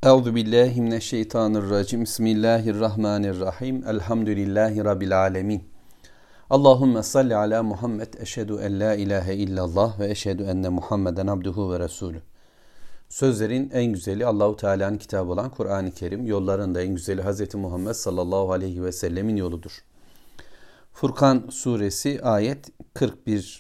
Euzu billahi mineşşeytanirracim. Bismillahirrahmanirrahim. Elhamdülillahi rabbil alamin. Allahumme salli ala Muhammed. Eşhedü en la ilahe illallah ve eşhedü enne Muhammeden abduhu ve resulü. Sözlerin en güzeli Allahu Teala'nın kitabı olan Kur'an-ı Kerim, yolların da en güzeli Hz. Muhammed sallallahu aleyhi ve sellemin yoludur. Furkan suresi ayet 41.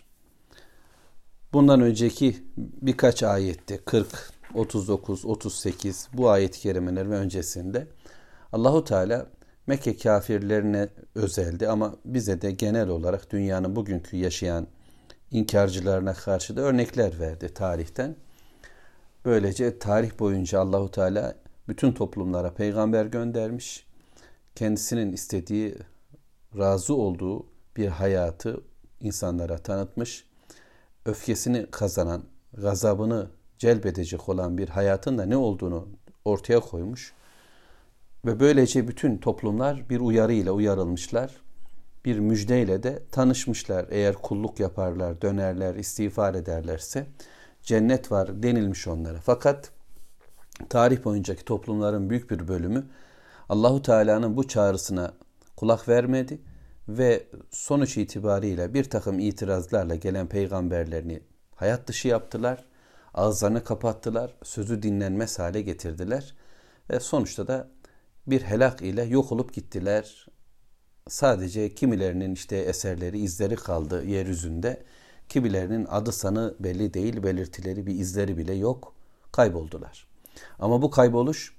Bundan önceki birkaç ayette 40, 39, 38 bu ayet-i kerimeler ve öncesinde Allahu Teala Mekke kafirlerine özeldi ama bize de genel olarak dünyanın bugünkü yaşayan inkarcılarına karşı da örnekler verdi tarihten. Böylece tarih boyunca Allahu Teala bütün toplumlara peygamber göndermiş. Kendisinin istediği, razı olduğu bir hayatı insanlara tanıtmış. Öfkesini kazanan, gazabını celbedecek olan bir hayatın da ne olduğunu ortaya koymuş. Ve böylece bütün toplumlar bir uyarıyla uyarılmışlar. Bir müjdeyle de tanışmışlar. Eğer kulluk yaparlar, dönerler, istiğfar ederlerse cennet var denilmiş onlara. Fakat tarih boyuncaki toplumların büyük bir bölümü Allahu Teala'nın bu çağrısına kulak vermedi ve sonuç itibariyle bir takım itirazlarla gelen peygamberlerini hayat dışı yaptılar. Ağızlarını kapattılar, sözü dinlenmez hale getirdiler ve sonuçta da bir helak ile yok olup gittiler. Sadece kimilerinin eserleri, izleri kaldı yeryüzünde. Kimilerinin adı sanı belli değil, belirtileri, bir izleri bile yok. Kayboldular. Ama bu kayboluş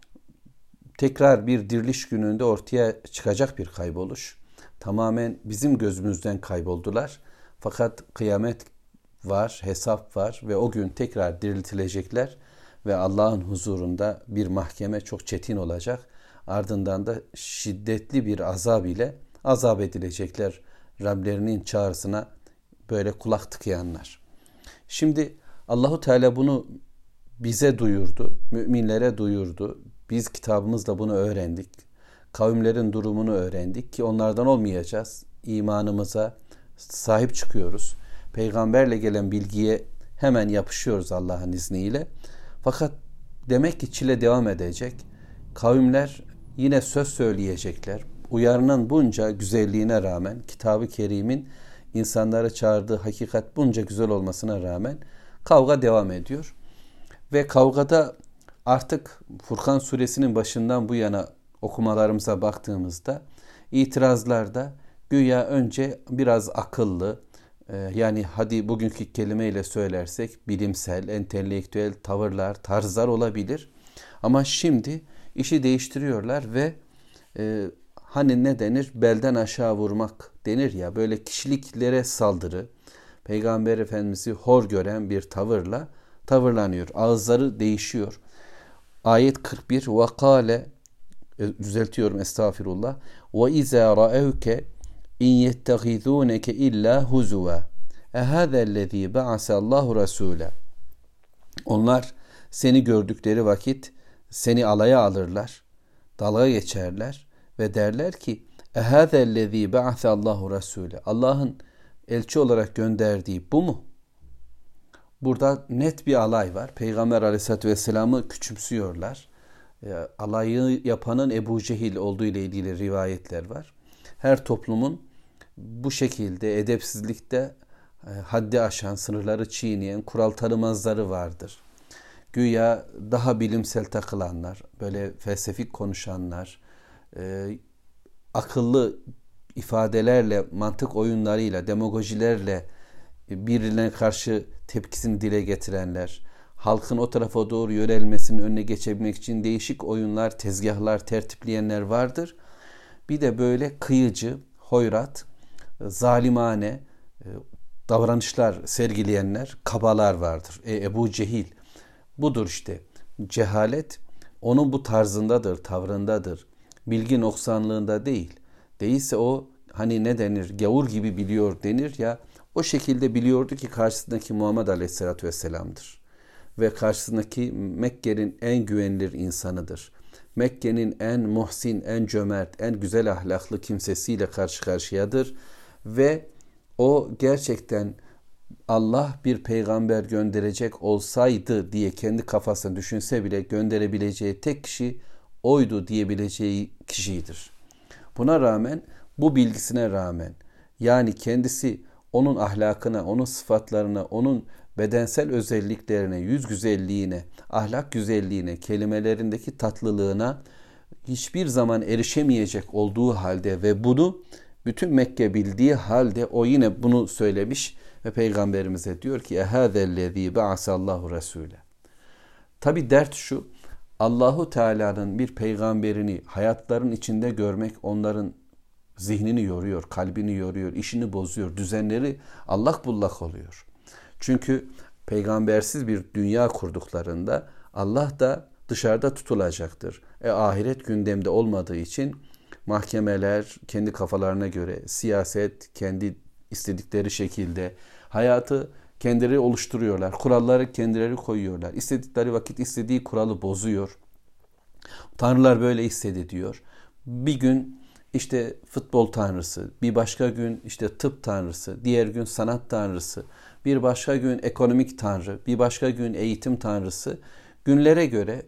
tekrar bir diriliş gününde ortaya çıkacak bir kayboluş. Tamamen bizim gözümüzden kayboldular. Fakat kıyamet var, hesap var ve o gün tekrar diriltilecekler ve Allah'ın huzurunda bir mahkeme çok çetin olacak. Ardından da şiddetli bir azab ile azap edilecekler. Rablerinin çağrısına böyle kulak tıkayanlar. Şimdi Allahu Teala bunu bize duyurdu, müminlere duyurdu. Biz kitabımızla bunu öğrendik. Kavimlerin durumunu öğrendik ki onlardan olmayacağız. İmanımıza sahip çıkıyoruz. Peygamberle gelen bilgiye hemen yapışıyoruz Allah'ın izniyle. Fakat demek ki çile devam edecek. Kavimler yine söz söyleyecekler. Uyarının bunca güzelliğine rağmen, Kitab-ı Kerim'in insanları çağırdığı hakikat bunca güzel olmasına rağmen kavga devam ediyor. Ve kavgada artık Furkan suresinin başından bu yana okumalarımıza baktığımızda itirazlarda güya önce biraz akıllı, yani hadi bugünkü kelimeyle söylersek bilimsel, entelektüel tavırlar, tarzlar olabilir. Ama şimdi işi değiştiriyorlar ve hani ne denir? Belden aşağı vurmak denir ya, böyle kişiliklere saldırı, Peygamber Efendimiz'i hor gören bir tavırla tavırlanıyor. Ağızları değişiyor. Ayet 41 ve kâle, düzeltiyorum estağfirullah, ve izâ ra'evke İn yettehizûneke illâ huzuvâ. Ehâzellezî ba'asallahu rasûle. Onlar seni gördükleri vakit seni alaya alırlar, dalga geçerler ve derler ki ehâzellezî ba'asallahu rasûle. Allah'ın elçi olarak gönderdiği bu mu? Burada net bir alay var. Peygamber Aleyhisselatü Vesselam'ı küçümsüyorlar. Alayı yapanın Ebu Cehil olduğu ile ilgili rivayetler var. Her toplumun bu şekilde edepsizlikte haddi aşan, sınırları çiğneyen, kural tanımazları vardır. Güya daha bilimsel takılanlar, böyle felsefik konuşanlar, akıllı ifadelerle, mantık oyunlarıyla, demagojilerle birbirine karşı tepkisini dile getirenler, halkın o tarafa doğru yönelmesinin önüne geçebilmek için değişik oyunlar, tezgahlar tertipleyenler vardır. Bir de böyle kıyıcı, hoyrat, zalimane davranışlar sergileyenler, kabalar vardır. Ebu Cehil budur işte. Cehalet onun bu tarzındadır, tavrındadır. Bilgi noksanlığında değil. Değilse o hani ne denir, gavur gibi biliyor denir ya, o şekilde biliyordu ki karşısındaki Muhammed Aleyhisselatü Vesselam'dır. Ve karşısındaki Mekke'nin en güvenilir insanıdır. Mekke'nin en muhsin, en cömert, en güzel ahlaklı kimsesiyle karşı karşıyadır. Ve o gerçekten Allah bir peygamber gönderecek olsaydı diye kendi kafasını düşünse bile gönderebileceği tek kişi oydu diyebileceği kişidir. Buna rağmen, bu bilgisine rağmen, yani kendisi onun ahlakına, onun sıfatlarına, onun bedensel özelliklerine, yüz güzelliğine, ahlak güzelliğine, kelimelerindeki tatlılığına hiçbir zaman erişemeyecek olduğu halde ve bunu bütün Mekke bildiği halde o yine bunu söylemiş ve Peygamberimize diyor ki ehâzellezî ba'asallahu resûle. Tabi dert şu, Allahu Teala'nın bir peygamberini hayatların içinde görmek onların zihnini yoruyor, kalbini yoruyor, işini bozuyor, düzenleri allak bullak oluyor. Çünkü peygambersiz bir dünya kurduklarında Allah da dışarıda tutulacaktır. Ahiret gündemde olmadığı için mahkemeler kendi kafalarına göre, siyaset kendi istedikleri şekilde, hayatı kendileri oluşturuyorlar. Kuralları kendileri koyuyorlar. İstedikleri vakit istediği kuralı bozuyor. Tanrılar böyle istedi diyor. Bir gün işte futbol tanrısı, bir başka gün işte tıp tanrısı, diğer gün sanat tanrısı, bir başka gün ekonomik tanrı, bir başka gün eğitim tanrısı. Günlere göre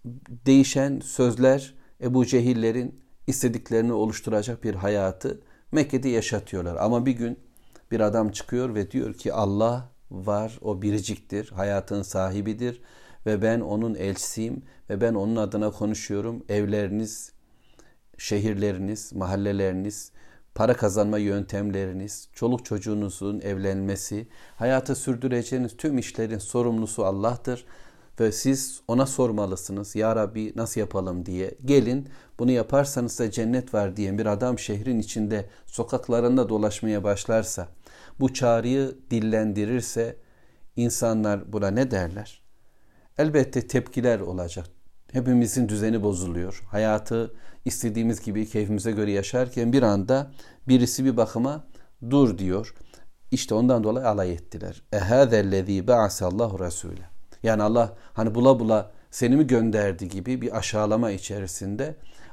değişen sözler Ebu Cehillerin istediklerini oluşturacak bir hayatı Mekke'de yaşatıyorlar. Ama bir gün bir adam çıkıyor ve diyor ki Allah var, o biriciktir, hayatın sahibidir ve ben onun elçisiyim ve ben onun adına konuşuyorum. Evleriniz, şehirleriniz, mahalleleriniz, para kazanma yöntemleriniz, çoluk çocuğunuzun evlenmesi, hayatı sürdüreceğiniz tüm işlerin sorumlusu Allah'tır. Ve siz ona sormalısınız. Ya Rabbi nasıl yapalım diye. Gelin bunu yaparsanız da cennet var diyen bir adam şehrin içinde sokaklarında dolaşmaya başlarsa, bu çağrıyı dillendirirse insanlar buna ne derler? Elbette tepkiler olacak. Hepimizin düzeni bozuluyor. Hayatı istediğimiz gibi keyfimize göre yaşarken bir anda birisi bir bakıma dur diyor. İşte ondan dolayı alay ettiler. Ehâzellezî ba'asallahu resûle. Yani Allah hani bula bula seni mi gönderdi gibi bir aşağılama içerisinde,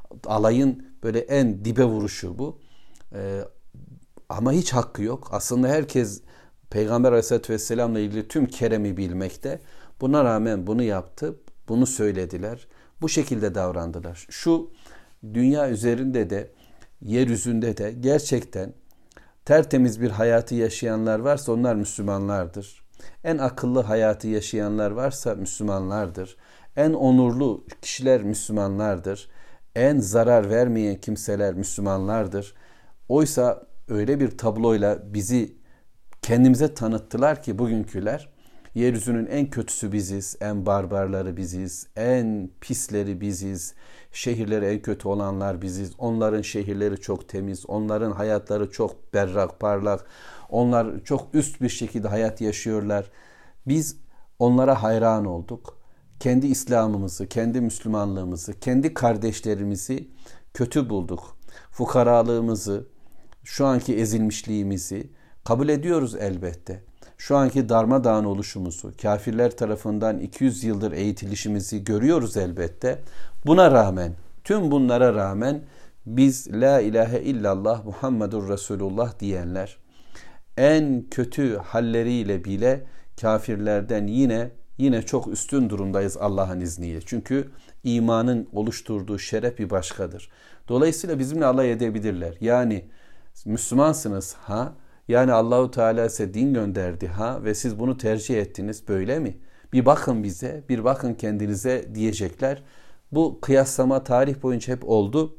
alayın böyle en dibe vuruşu bu. Ama hiç hakkı yok. Aslında herkes Peygamber Aleyhisselatü Vesselam'la ilgili tüm keremi bilmekte. Buna rağmen bunu yaptı, bunu söylediler. Bu şekilde davrandılar. Şu dünya üzerinde de, yeryüzünde de gerçekten tertemiz bir hayatı yaşayanlar varsa onlar Müslümanlardır. En akıllı hayatı yaşayanlar varsa Müslümanlardır. En onurlu kişiler Müslümanlardır. En zarar vermeyen kimseler Müslümanlardır. Oysa öyle bir tabloyla bizi kendimize tanıttılar ki bugünküler, yeryüzünün en kötüsü biziz, en barbarları biziz, en pisleri biziz, şehirleri en kötü olanlar biziz. Onların şehirleri çok temiz, onların hayatları çok berrak, parlak, onlar çok üst bir şekilde hayat yaşıyorlar. Biz onlara hayran olduk. Kendi İslam'ımızı, kendi Müslümanlığımızı, kendi kardeşlerimizi kötü bulduk. Fukaralığımızı, şu anki ezilmişliğimizi kabul ediyoruz elbette. Şu anki darmadağın oluşumuzu, kafirler tarafından 200 yıldır eğitilişimizi görüyoruz elbette. Buna rağmen, tüm bunlara rağmen biz La ilahe illallah Muhammedur Resulullah diyenler en kötü halleriyle bile kafirlerden yine çok üstün durumdayız Allah'ın izniyle. Çünkü imanın oluşturduğu şeref bir başkadır. Dolayısıyla bizimle alay edebilirler. Yani Müslümansınız ha? Yani Allahu Teala size din gönderdi ha ve siz bunu tercih ettiniz, böyle mi? Bir bakın bize, bir bakın kendinize diyecekler. Bu kıyaslama tarih boyunca hep oldu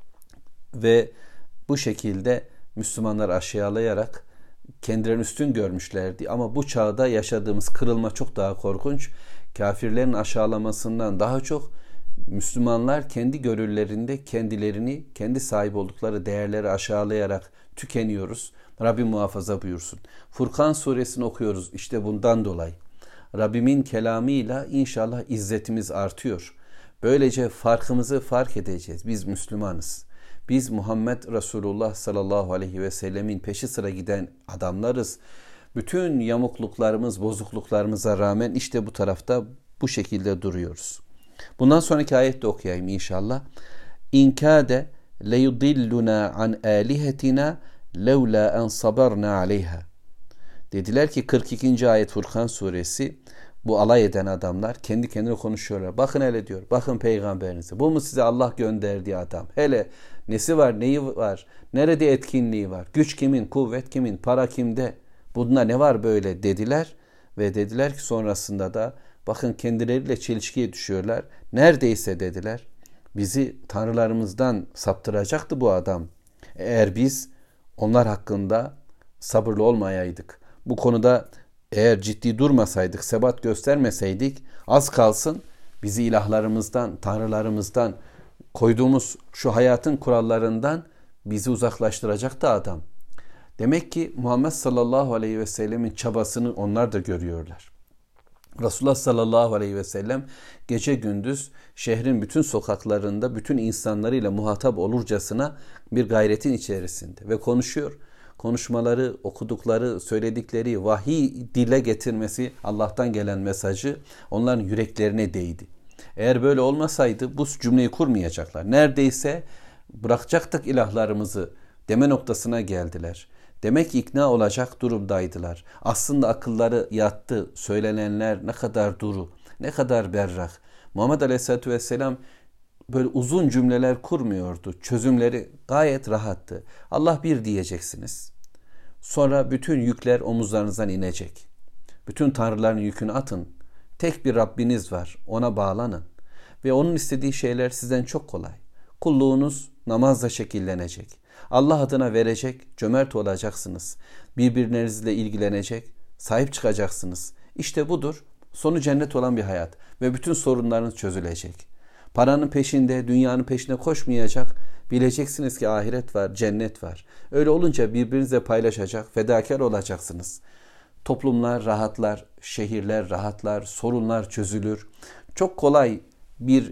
ve bu şekilde Müslümanlar aşağılayarak kendilerini üstün görmüşlerdi. Ama bu çağda yaşadığımız kırılma çok daha korkunç. Kafirlerin aşağılamasından daha çok Müslümanlar kendi gönüllerinde kendilerini, kendi sahip oldukları değerleri aşağılayarak tükeniyoruz. Rabbim muhafaza buyursun. Furkan suresini okuyoruz işte bundan dolayı. Rabbimin kelamıyla inşallah izzetimiz artıyor. Böylece farkımızı fark edeceğiz. Biz Müslümanız. Biz Muhammed Resulullah sallallahu aleyhi ve sellemin peşi sıra giden adamlarız. Bütün yamukluklarımız, bozukluklarımıza rağmen işte bu tarafta bu şekilde duruyoruz. Bundan sonraki ayette okuyayım inşallah. İnkâde leyudilluna an âlihetina levlâ en sabarna aleyha. Dediler ki 42. ayet Furkan suresi, bu alay eden adamlar kendi kendine konuşuyorlar. Bakın hele diyor, bakın peygamberinize. Bu mu size Allah gönderdiği adam? Hele nesi var, neyi var, nerede etkinliği var? Güç kimin, kuvvet kimin, para kimde? Bunda ne var böyle dediler. Ve dediler ki sonrasında da bakın kendileriyle çelişkiye düşüyorlar. Neredeyse dediler bizi tanrılarımızdan saptıracaktı bu adam. Eğer biz onlar hakkında sabırlı olmayaydık. Bu konuda eğer ciddi durmasaydık, sebat göstermeseydik az kalsın bizi ilahlarımızdan, tanrılarımızdan, koyduğumuz şu hayatın kurallarından bizi uzaklaştıracaktı adam. Demek ki Muhammed sallallahu aleyhi ve sellemin çabasını onlar da görüyorlar. Resulullah sallallahu aleyhi ve sellem gece gündüz şehrin bütün sokaklarında bütün insanlarıyla muhatap olurcasına bir gayretin içerisinde ve konuşuyor. Konuşmaları, okudukları, söyledikleri, vahiy dile getirmesi, Allah'tan gelen mesajı onların yüreklerine değdi. Eğer böyle olmasaydı bu cümleyi kurmayacaklar. Neredeyse bırakacaktık ilahlarımızı deme noktasına geldiler. Demek ki ikna olacak durumdaydılar. Aslında akılları yattı. Söylenenler ne kadar duru, ne kadar berrak. Muhammed Aleyhisselatü Vesselam böyle uzun cümleler kurmuyordu. Çözümleri gayet rahattı. Allah bir diyeceksiniz. Sonra bütün yükler omuzlarınızdan inecek. Bütün tanrıların yükünü atın. Tek bir Rabbiniz var. Ona bağlanın. Ve onun istediği şeyler sizden çok kolay. Kulluğunuz namazla şekillenecek. Allah adına verecek, cömert olacaksınız. Birbirlerinizle ilgilenecek, sahip çıkacaksınız. İşte budur. Sonu cennet olan bir hayat. Ve bütün sorunlarınız çözülecek. Paranın peşinde, dünyanın peşine koşmayacak. Bileceksiniz ki ahiret var, cennet var. Öyle olunca birbirinizle paylaşacak, fedakar olacaksınız. Toplumlar rahatlar, şehirler rahatlar, sorunlar çözülür. Çok kolay bir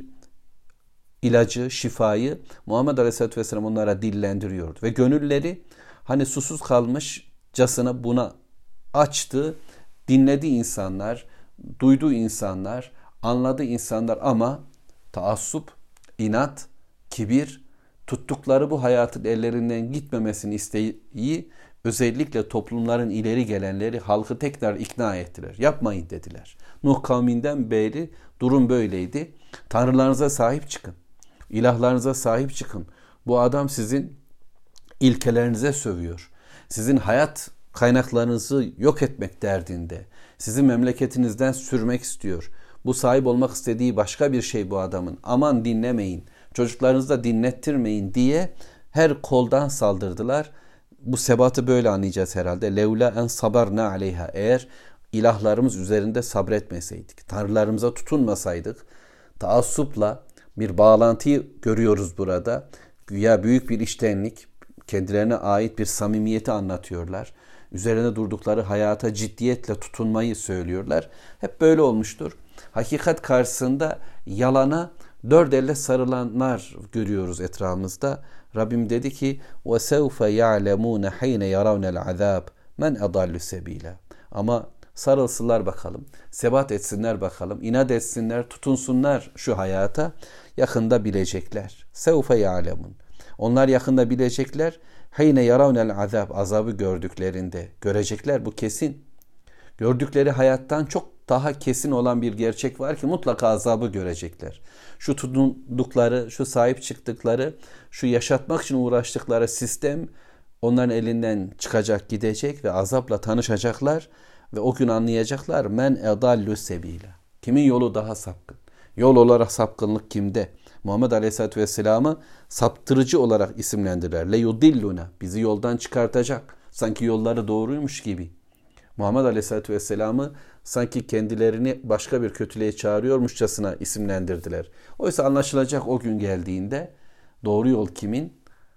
ilacı, şifayı Muhammed Aleyhisselatü Vesselam onlara dillendiriyordu. Ve gönülleri hani susuz kalmışcasına buna açtı. Dinledi insanlar, duydu insanlar, anladı insanlar ama taassup, inat, kibir, tuttukları bu hayatın ellerinden gitmemesini isteği özellikle toplumların ileri gelenleri halkı tekrar ikna ettiler. Yapmayın dediler. Nuh kavminden beri durum böyleydi. Tanrılarınıza sahip çıkın. İlahlarınıza sahip çıkın. Bu adam sizin ilkelerinize sövüyor. Sizin hayat kaynaklarınızı yok etmek derdinde. Sizi memleketinizden sürmek istiyor. Bu sahip olmak istediği başka bir şey bu adamın. Aman dinlemeyin. Çocuklarınızı da dinlettirmeyin diye her koldan saldırdılar. Bu sebatı böyle anlayacağız herhalde. Levla en sabarna aleyha. Eğer ilahlarımız üzerinde sabretmeseydik, tanrılarımıza tutunmasaydık, taassupla bir bağlantıyı görüyoruz burada. Güya büyük bir içtenlik, kendilerine ait bir samimiyeti anlatıyorlar. Üzerine durdukları hayata ciddiyetle tutunmayı söylüyorlar. Hep böyle olmuştur. Hakikat karşısında yalana dört elle sarılanlar görüyoruz etrafımızda. Rabbim dedi ki وَسَوْفَ يَعْلَمُونَ حَيْنَ يَرَوْنَ الْعَذَابِ مَنْ اَضَلُّ سَب۪يلًا. Ama sarılsınlar bakalım, sebat etsinler bakalım, inat etsinler, tutunsunlar şu hayata, yakında bilecekler. سَوْفَ يَعْلَمُونَ. Onlar yakında bilecekler. Hayne yaravnel azab, azabı gördüklerinde görecekler, bu kesin. Gördükleri hayattan çok daha kesin olan bir gerçek var ki mutlaka azabı görecekler. Şu tutundukları, şu sahip çıktıkları, şu yaşatmak için uğraştıkları sistem onların elinden çıkacak, gidecek ve azapla tanışacaklar ve o gün anlayacaklar men edallu sebila. Kimin yolu daha sapkın? Yol olarak sapkınlık kimde? Muhammed Aleyhisselatü Vesselam'ı saptırıcı olarak isimlendirirler. Le yudilluna, bizi yoldan çıkartacak. Sanki yolları doğruymuş gibi. Muhammed Aleyhisselatü Vesselam'ı sanki kendilerini başka bir kötülüğe çağırıyormuşçasına isimlendirdiler. Oysa anlaşılacak o gün geldiğinde doğru yol kimin,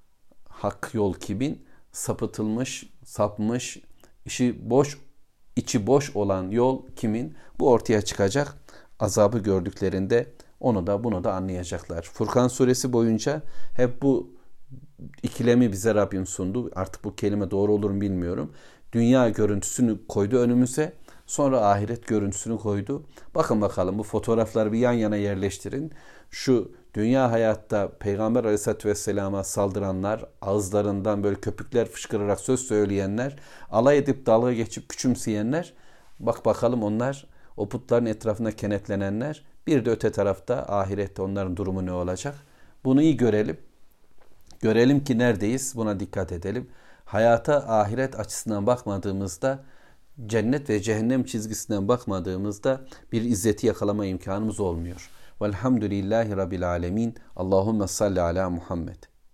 hak yol kimin, sapıtılmış, sapmış, içi boş olan yol kimin, bu ortaya çıkacak. Azabı gördüklerinde onu da bunu da anlayacaklar. Furkan suresi boyunca hep bu ikilemi bize Rabbim sundu. Artık bu kelime doğru olur mu bilmiyorum. Dünya görüntüsünü koydu önümüze. Sonra ahiret görüntüsünü koydu. Bakın bakalım bu fotoğrafları bir yan yana yerleştirin. Şu dünya hayatta Peygamber Aleyhisselatü Vesselam'a saldıranlar, ağızlarından böyle köpükler fışkırarak söz söyleyenler, alay edip dalga geçip küçümseyenler, bak bakalım onlar, o putların etrafında kenetlenenler, bir de öte tarafta ahirette onların durumu ne olacak? Bunu iyi görelim. Görelim ki neredeyiz? Buna dikkat edelim. Hayata ahiret açısından bakmadığımızda, cennet ve cehennem çizgisinden bakmadığımızda bir izzeti yakalama imkanımız olmuyor. Velhamdülillahi Rabbil alemin. Allahümme salli ala Muhammed.